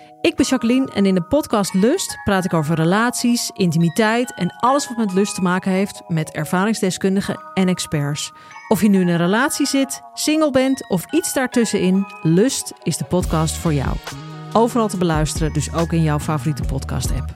Ik ben Jacqueline en in de podcast Lust praat ik over relaties, intimiteit en alles wat met lust te maken heeft met ervaringsdeskundigen en experts. Of je nu in een relatie zit, single bent of iets daartussenin, Lust is de podcast voor jou. Overal te beluisteren, dus ook in jouw favoriete podcast-app.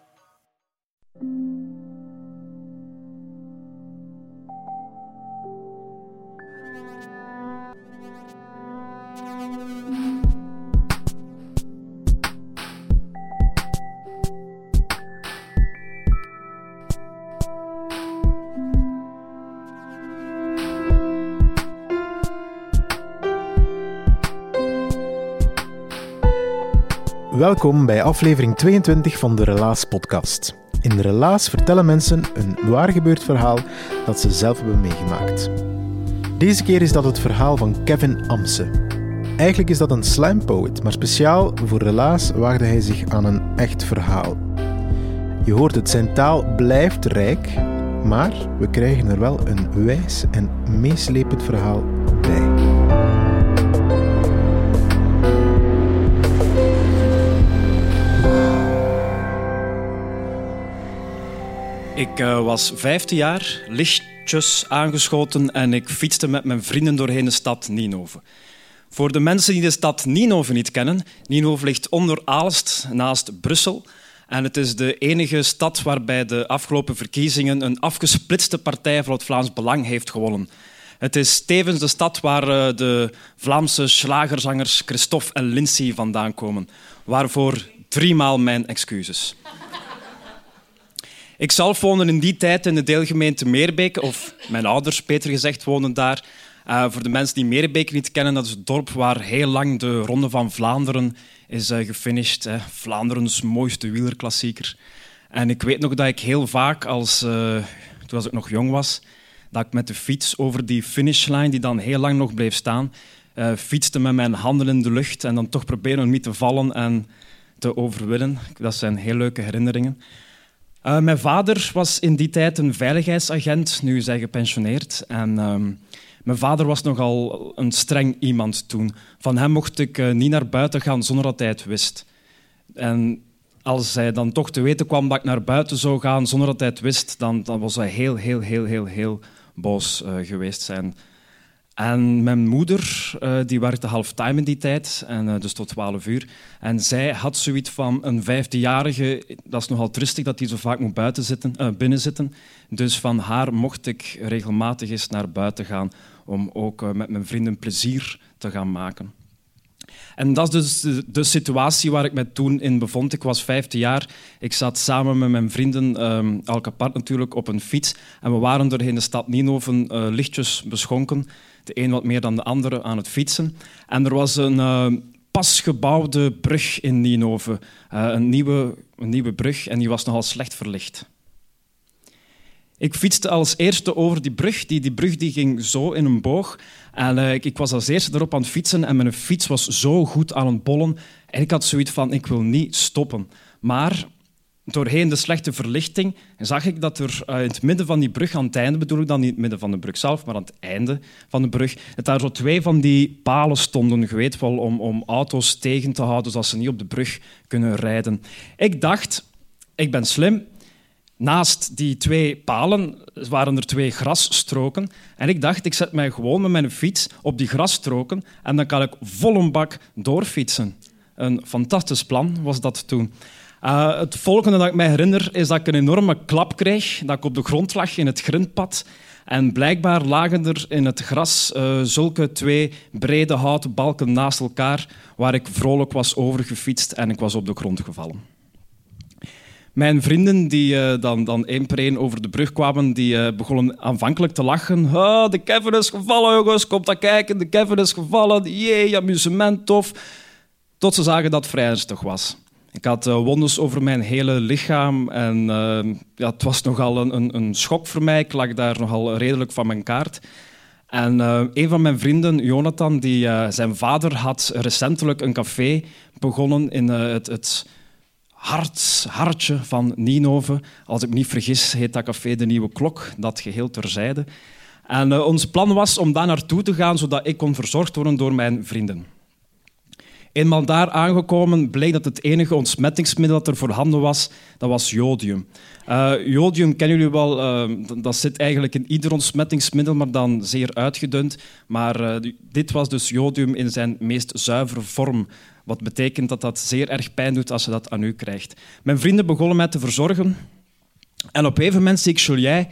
Welkom bij aflevering 22 van de Relaas podcast. In de Relaas vertellen mensen een waar gebeurd verhaal dat ze zelf hebben meegemaakt. Deze keer is dat het verhaal van Kevin Amse. Eigenlijk is dat een slam poet, maar speciaal voor Relaas waagde hij zich aan een echt verhaal. Je hoort het, zijn taal blijft rijk, maar we krijgen er wel een wijs en meeslepend verhaal bij. Ik was 15 jaar, lichtjes aangeschoten en ik fietste met mijn vrienden doorheen de stad Ninove. Voor de mensen die de stad Ninove niet kennen, Ninove ligt onder Aalst, naast Brussel. En het is de enige stad waarbij de afgelopen verkiezingen een afgesplitste partij voor het Vlaams Belang heeft gewonnen. Het is tevens de stad waar de Vlaamse schlagerzangers Christophe en Lindsay vandaan komen. Waarvoor 3 maal mijn excuses. Ik zelf woonde in die tijd in de deelgemeente Meerbeke, of mijn ouders, beter gezegd, woonden daar. Voor de mensen die Meerbeke niet kennen, dat is het dorp waar heel lang de Ronde van Vlaanderen is gefinished. Vlaanderens mooiste wielerklassieker. En ik weet nog dat ik heel vaak, toen ik nog jong was, dat ik met de fiets over die finishlijn, die dan heel lang nog bleef staan, fietste met mijn handen in de lucht en dan toch proberen om niet te vallen en te overwinnen. Dat zijn heel leuke herinneringen. Mijn vader was in die tijd een veiligheidsagent, nu is hij gepensioneerd. En mijn vader was nogal een streng iemand toen. Van hem mocht ik niet naar buiten gaan zonder dat hij het wist. En als hij dan toch te weten kwam dat ik naar buiten zou gaan zonder dat hij het wist, dan was hij heel boos geweest zijn. En mijn moeder, die werkte halftime in die tijd, en dus tot 12 uur. En zij had zoiets van een 15-jarige, dat is nogal tristig dat hij zo vaak moet binnen zitten. Dus van haar mocht ik regelmatig eens naar buiten gaan om ook met mijn vrienden plezier te gaan maken. En dat is dus de situatie waar ik me toen in bevond. Ik was 15 jaar. Ik zat samen met mijn vrienden, elk apart natuurlijk, op een fiets. En we waren doorheen de stad Ninove lichtjes beschonken. De een wat meer dan de andere aan het fietsen. En er was een pas gebouwde brug in Ninove. Een nieuwe brug en die was nogal slecht verlicht. Ik fietste als eerste over die brug. Die brug die ging zo in een boog. En ik was als eerste erop aan het fietsen en mijn fiets was zo goed aan het bollen. En ik had zoiets van, ik wil niet stoppen. Maar doorheen de slechte verlichting zag ik dat er in het midden van die brug, aan het einde bedoel ik dan, niet in het midden van de brug zelf, maar aan het einde van de brug, dat daar zo 2 van die palen stonden, je weet wel, om auto's tegen te houden, zodat ze niet op de brug kunnen rijden. Ik dacht, ik ben slim. Naast die 2 palen waren er 2 grasstroken. En ik dacht, ik zet mij gewoon met mijn fiets op die grasstroken en dan kan ik vol een bak doorfietsen. Een fantastisch plan was dat toen. Het volgende dat ik mij herinner is dat ik een enorme klap kreeg, dat ik op de grond lag in het grindpad. En blijkbaar lagen er in het gras zulke 2 brede houten balken naast elkaar waar ik vrolijk was overgefietst en ik was op de grond gevallen. Mijn vrienden die dan 1 per 1 over de brug kwamen, die begonnen aanvankelijk te lachen. De Kevin is gevallen, jongens, kom dat kijken, de Kevin is gevallen. Jee, amusement, tof. Tot ze zagen dat het vrij ernstig was. Ik had wondes over mijn hele lichaam en het was nogal een schok voor mij. Ik lag daar nogal redelijk van mijn kaart. En een van mijn vrienden, Jonathan, zijn vader had recentelijk een café begonnen in het hartje van Ninove. Als ik me niet vergis, heet dat café De Nieuwe Klok, dat geheel terzijde. En ons plan was om daar naartoe te gaan, zodat ik kon verzorgd worden door mijn vrienden. Eenmaal daar aangekomen bleek dat het enige ontsmettingsmiddel dat er voorhanden was, dat was jodium. Jodium kennen jullie wel, dat zit eigenlijk in ieder ontsmettingsmiddel, maar dan zeer uitgedund. Maar dit was dus jodium in zijn meest zuivere vorm. Wat betekent dat dat zeer erg pijn doet als je dat aan u krijgt. Mijn vrienden begonnen mij te verzorgen. En op een gegeven moment zie ik Julien,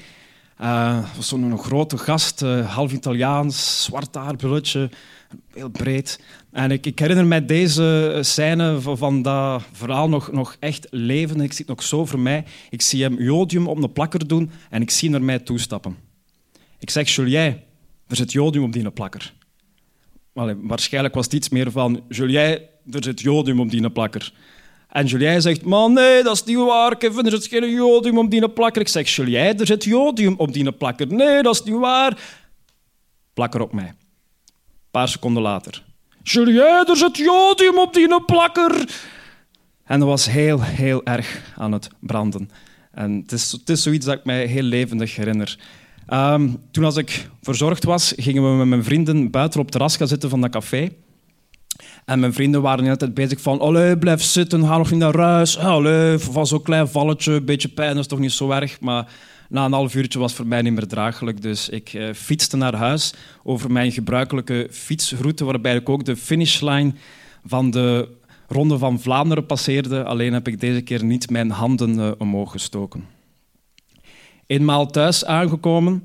zo'n grote gast, half Italiaans, zwart haar, brilletje, heel breed. En ik herinner mij deze scène van dat verhaal nog echt leven. Ik zie het nog zo voor mij. Ik zie hem jodium op een plakker doen en ik zie hem naar mij toestappen. Ik zeg, Julien, er zit jodium op die plakker. Waarschijnlijk was het iets meer van, Julien, er zit jodium op die plakker. En Julien zegt, man, nee, dat is niet waar, Kevin, er zit geen jodium op die plakker. Ik zeg, Julien, er zit jodium op die plakker. Nee, dat is niet waar. Plakker op mij. Een paar seconden later. Julien, er zit jodium op die plakker. En dat was heel, heel erg aan het branden. En het is zoiets dat ik mij heel levendig herinner. Toen als ik verzorgd was, gingen we met mijn vrienden buiten op het terras gaan zitten van dat café. En mijn vrienden waren de hele tijd bezig van allee, blijf zitten, ga nog niet naar huis. Allee, van zo'n klein valletje, een beetje pijn, dat is toch niet zo erg. Maar na een half uurtje was het voor mij niet meer draaglijk. Dus ik fietste naar huis over mijn gebruikelijke fietsroute, waarbij ik ook de finishlijn van de Ronde van Vlaanderen passeerde. Alleen heb ik deze keer niet mijn handen omhoog gestoken. Eenmaal thuis aangekomen,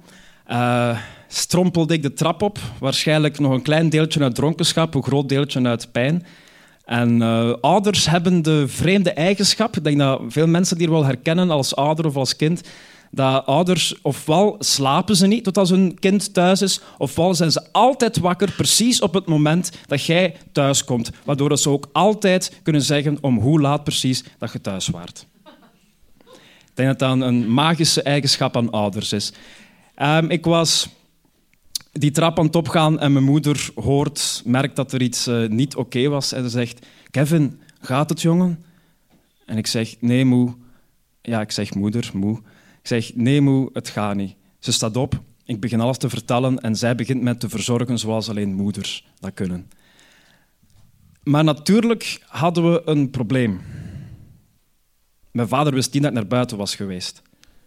strompelde ik de trap op. Waarschijnlijk nog een klein deeltje uit dronkenschap, een groot deeltje uit pijn. En ouders hebben de vreemde eigenschap, ik denk dat veel mensen die wel herkennen als ouder of als kind, dat ouders ofwel slapen ze niet tot als hun kind thuis is, ofwel zijn ze altijd wakker precies op het moment dat jij thuis komt. Waardoor ze ook altijd kunnen zeggen om hoe laat precies dat je thuis waart. Ik denk dat dat een magische eigenschap aan ouders is. Ik was die trap aan het opgaan en mijn moeder merkt dat er iets niet oké was. En ze zegt, Kevin, gaat het, jongen? En ik zeg, nee, moe. Ja, ik zeg, moeder, moe. Ik zeg, nee, moe, het gaat niet. Ze staat op, ik begin alles te vertellen en zij begint mij te verzorgen zoals alleen moeders dat kunnen. Maar natuurlijk hadden we een probleem. Mijn vader wist niet dat ik naar buiten was geweest.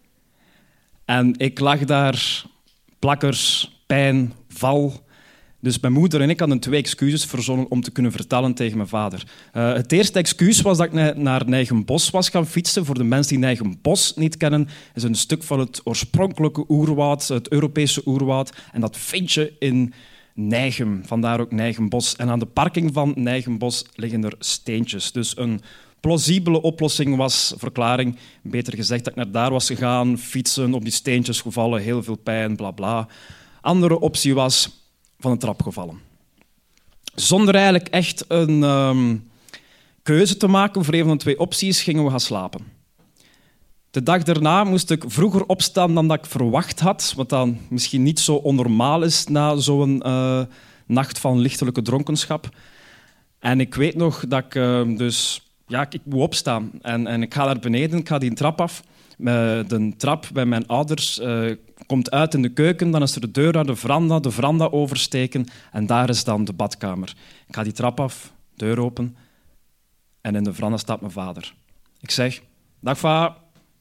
En ik lag daar, plakkers, pijn, val. Dus mijn moeder en ik hadden 2 excuses verzonnen om te kunnen vertellen tegen mijn vader. Het eerste excuus was dat ik naar Nijgenbos was gaan fietsen. Voor de mensen die Nijgenbos niet kennen, is een stuk van het oorspronkelijke oerwoud, het Europese oerwoud. En dat vind je in Nijgen, vandaar ook Nijgenbos. En aan de parking van Nijgenbos liggen er steentjes. Dus een plausibele oplossing was, verklaring, beter gezegd, dat ik naar daar was gegaan, fietsen, op die steentjes gevallen, heel veel pijn, bla bla. Andere optie was van een trap gevallen. Zonder eigenlijk echt een keuze te maken voor een van de 2 opties, gingen we gaan slapen. De dag daarna moest ik vroeger opstaan dan dat ik verwacht had, wat dan misschien niet zo onnormaal is na zo'n nacht van lichtelijke dronkenschap. En ik weet nog dat ik ik moet opstaan. En ik ga naar beneden, ik ga die trap af. De trap bij mijn ouders komt uit in de keuken, dan is er de deur naar de veranda oversteken en daar is dan de badkamer. Ik ga die trap af, deur open en in de veranda staat mijn vader. Ik zeg, dag va.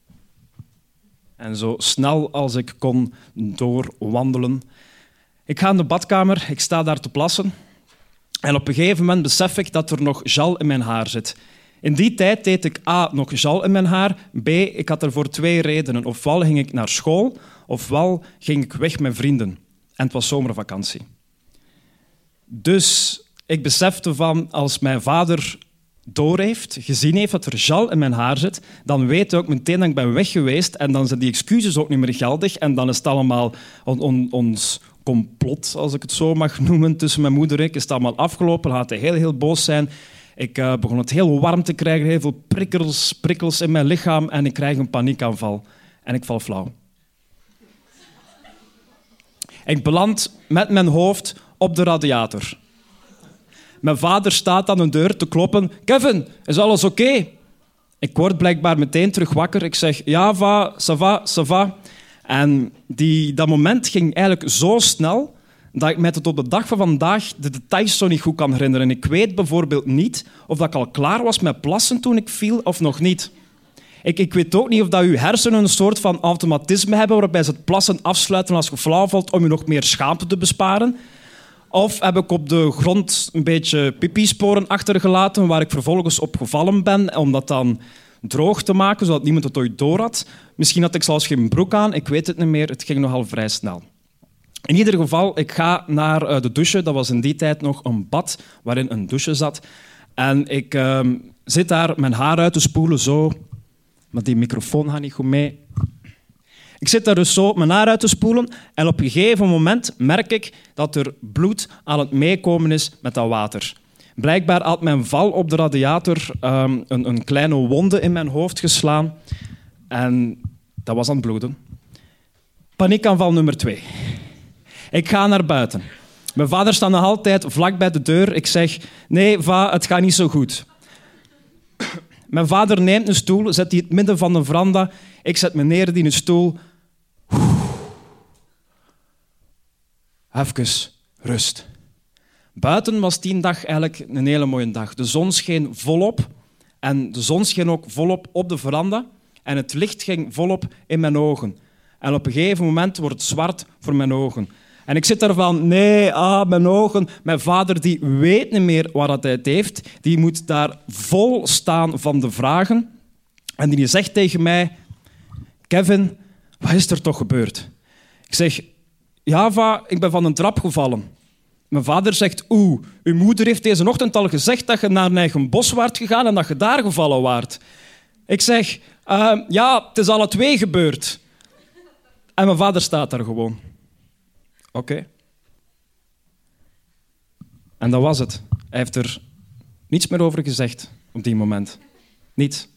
En zo snel als ik kon doorwandelen. Ik ga in de badkamer, ik sta daar te plassen en op een gegeven moment besef ik dat er nog gel in mijn haar zit. In die tijd deed ik A, nog gel in mijn haar. B, ik had ervoor 2 redenen. Ofwel ging ik naar school, ofwel ging ik weg met vrienden. En het was zomervakantie. Dus ik besefte van, als mijn vader gezien heeft dat er gel in mijn haar zit, dan weet hij ook meteen dat ik ben weg geweest en dan zijn die excuses ook niet meer geldig en dan is het allemaal ons complot, als ik het zo mag noemen, tussen mijn moeder en ik, is het allemaal afgelopen. Dan gaat hij heel, heel boos zijn. Ik begon het heel warm te krijgen, heel veel prikkels in mijn lichaam en ik krijg een paniekaanval. En ik val flauw. Ik beland met mijn hoofd op de radiator. Mijn vader staat aan de deur te kloppen. Kevin, is alles oké? Ik word blijkbaar meteen terug wakker. Ik zeg, ja, ça va. En dat moment ging eigenlijk zo snel dat ik mij tot op de dag van vandaag de details zo niet goed kan herinneren. Ik weet bijvoorbeeld niet of dat ik al klaar was met plassen toen ik viel of nog niet. Ik weet ook niet of dat uw hersenen een soort van automatisme hebben waarbij ze het plassen afsluiten als je flauw valt om je nog meer schaamte te besparen. Of heb ik op de grond een beetje pipi-sporen achtergelaten waar ik vervolgens op gevallen ben om dat dan droog te maken, zodat niemand het ooit door had. Misschien had ik zelfs geen broek aan, ik weet het niet meer. Het ging nogal vrij snel. In ieder geval, ik ga naar de douche. Dat was in die tijd nog een bad waarin een douche zat. En ik zit daar mijn haar uit te spoelen, zo. Maar die microfoon gaat niet goed mee. Ik zit daar dus zo mijn haar uit te spoelen en op een gegeven moment merk ik dat er bloed aan het meekomen is met dat water. Blijkbaar had mijn val op de radiator een kleine wonde in mijn hoofd geslaan en dat was aan het bloeden. Paniekaanval nummer 2. Ik ga naar buiten. Mijn vader staat nog altijd vlak bij de deur. Ik zeg, nee, va, het gaat niet zo goed. Mijn vader neemt een stoel, zet die in het midden van de veranda. Ik zet me neer in een stoel. Even rust. Buiten was die dag eigenlijk een hele mooie dag. De zon scheen volop en de zon scheen ook volop op de veranda en het licht ging volop in mijn ogen. En op een gegeven moment wordt het zwart voor mijn ogen. En ik zit daar van, nee, mijn ogen. Mijn vader die weet niet meer wat hij het heeft. Die moet daar vol staan van de vragen. En die zegt tegen mij, Kevin, wat is er toch gebeurd? Ik zeg, ja, va, ik ben van een trap gevallen. Mijn vader zegt, uw moeder heeft deze ochtend al gezegd dat je naar een eigen bos waart gegaan en dat je daar gevallen waart. Ik zeg, ja, het is alle twee gebeurd. En mijn vader staat daar gewoon. Oké. En dat was het. Hij heeft er niets meer over gezegd op die moment. Niets.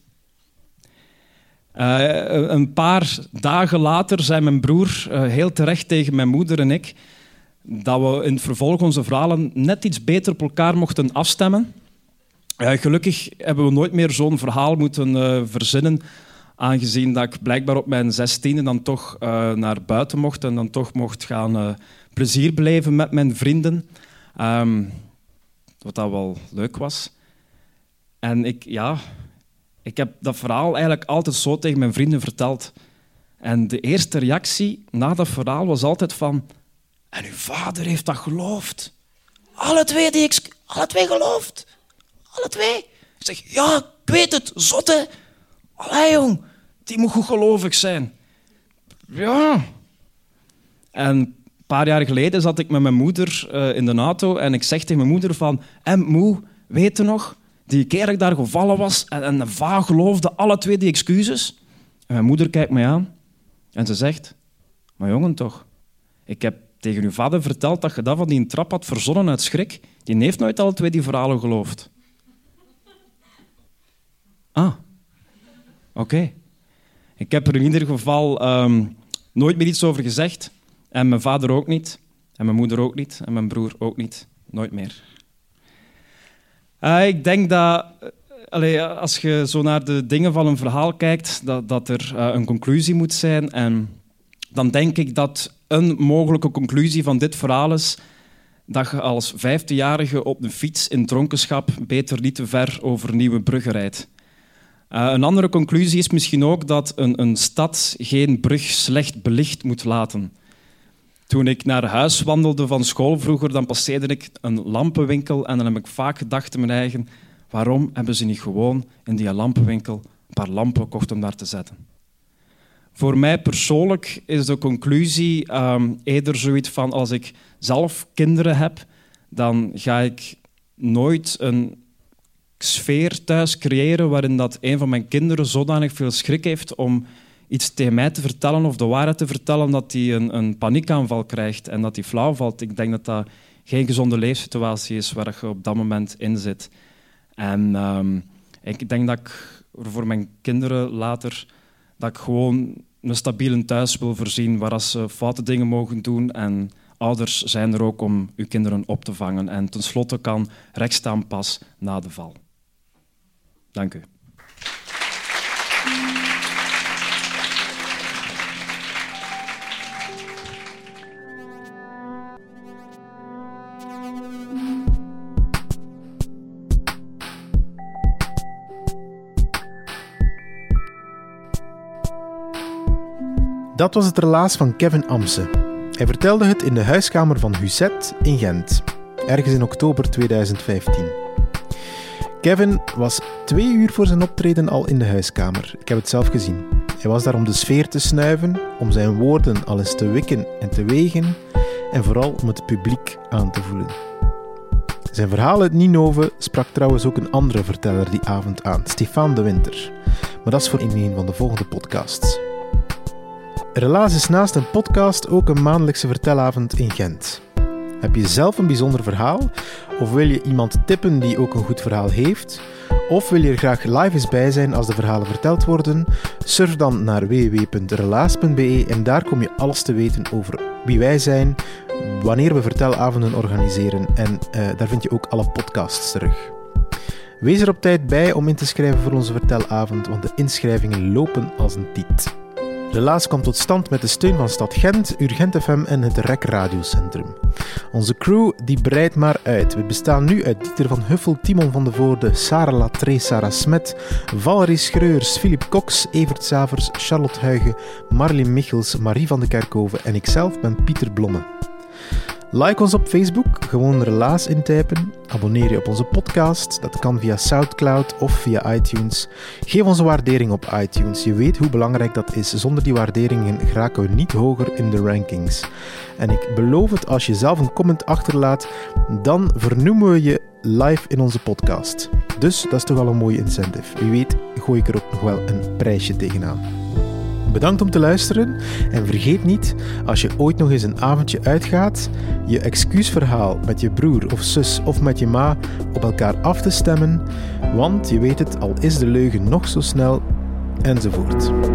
Een paar dagen later zei mijn broer heel terecht tegen mijn moeder en ik dat we in het vervolg onze verhalen net iets beter op elkaar mochten afstemmen. Gelukkig hebben we nooit meer zo'n verhaal moeten verzinnen, aangezien dat ik blijkbaar op mijn 16e dan toch naar buiten mocht en dan toch mocht gaan plezier beleven met mijn vrienden. Wat dat wel leuk was. En ik heb dat verhaal eigenlijk altijd zo tegen mijn vrienden verteld. En de eerste reactie na dat verhaal was altijd van... En uw vader heeft dat geloofd. Alle twee geloofd. Alle twee. Ik zeg, ja, ik weet het, zot hè. Allee jong, die moet goed gelovig zijn. Ja. En een paar jaar geleden zat ik met mijn moeder in de auto en ik zeg tegen mijn moeder van... moe, weet je nog, die keer dat ik daar gevallen was en de va geloofde alle twee die excuses? En mijn moeder kijkt mij aan en ze zegt... Maar jongen toch, ik heb tegen uw vader verteld dat je dat van die trap had verzonnen uit schrik. Die heeft nooit alle twee die verhalen geloofd. Oké. Ik heb er in ieder geval nooit meer iets over gezegd. En mijn vader ook niet. En mijn moeder ook niet. En mijn broer ook niet. Nooit meer. Ik denk dat... als je zo naar de dingen van een verhaal kijkt, dat er een conclusie moet zijn. En dan denk ik dat een mogelijke conclusie van dit verhaal is dat je als 15-jarige op een fiets in dronkenschap beter niet te ver over Nieuwe Brugge rijdt. Een andere conclusie is misschien ook dat een stad geen brug slecht belicht moet laten. Toen ik naar huis wandelde van school vroeger, dan passeerde ik een lampenwinkel en dan heb ik vaak gedacht in mijn eigen, waarom hebben ze niet gewoon in die lampenwinkel een paar lampen gekocht om daar te zetten? Voor mij persoonlijk is de conclusie eerder zoiets van als ik zelf kinderen heb, dan ga ik nooit een sfeer thuis creëren waarin dat een van mijn kinderen zodanig veel schrik heeft om iets tegen mij te vertellen of de waarheid te vertellen dat hij een paniekaanval krijgt en dat hij flauw valt. Ik denk dat dat geen gezonde leefsituatie is waar je op dat moment in zit. En ik denk dat ik voor mijn kinderen later dat ik gewoon een stabiele thuis wil voorzien waar ze foute dingen mogen doen en ouders zijn er ook om uw kinderen op te vangen. En tenslotte kan recht staan pas na de val. Dank u. Dat was het relaas van Kevin Amse. Hij vertelde het in de huiskamer van Huzet in Gent, ergens in oktober 2015. Kevin was 2 uur voor zijn optreden al in de huiskamer. Ik heb het zelf gezien. Hij was daar om de sfeer te snuiven, om zijn woorden al eens te wikken en te wegen en vooral om het publiek aan te voelen. Zijn verhaal uit Ninove sprak trouwens ook een andere verteller die avond aan, Stefan de Winter. Maar dat is voor in een van de volgende podcasts. Relaas is naast een podcast ook een maandelijkse vertelavond in Gent. Heb je zelf een bijzonder verhaal? Of wil je iemand tippen die ook een goed verhaal heeft? Of wil je er graag live eens bij zijn als de verhalen verteld worden? Surf dan naar www.relaas.be en daar kom je alles te weten over wie wij zijn, wanneer we vertelavonden organiseren en daar vind je ook alle podcasts terug. Wees er op tijd bij om in te schrijven voor onze vertelavond, want de inschrijvingen lopen als een tiet. Relaas komt tot stand met de steun van Stad Gent, Urgent FM en het REC Radiocentrum. Onze crew die breidt maar uit. We bestaan nu uit Dieter van Huffel, Timon van de Voorde, Sarah Latree, Sarah Smet, Valerie Schreurs, Philip Cox, Evert Savers, Charlotte Huygen, Marleen Michels, Marie van de Kerkhoven en ikzelf ben Pieter Blomme. Like ons op Facebook, gewoon Relaas intypen. Abonneer je op onze podcast, dat kan via Soundcloud of via iTunes. Geef ons een waardering op iTunes, je weet hoe belangrijk dat is. Zonder die waarderingen geraken we niet hoger in de rankings. En ik beloof het, als je zelf een comment achterlaat, dan vernoemen we je live in onze podcast. Dus dat is toch al een mooie incentive. Wie weet gooi ik er ook nog wel een prijsje tegenaan. Bedankt om te luisteren en vergeet niet, als je ooit nog eens een avondje uitgaat, je excuusverhaal met je broer of zus of met je ma op elkaar af te stemmen, want je weet het, al is de leugen nog zo snel, enzovoort.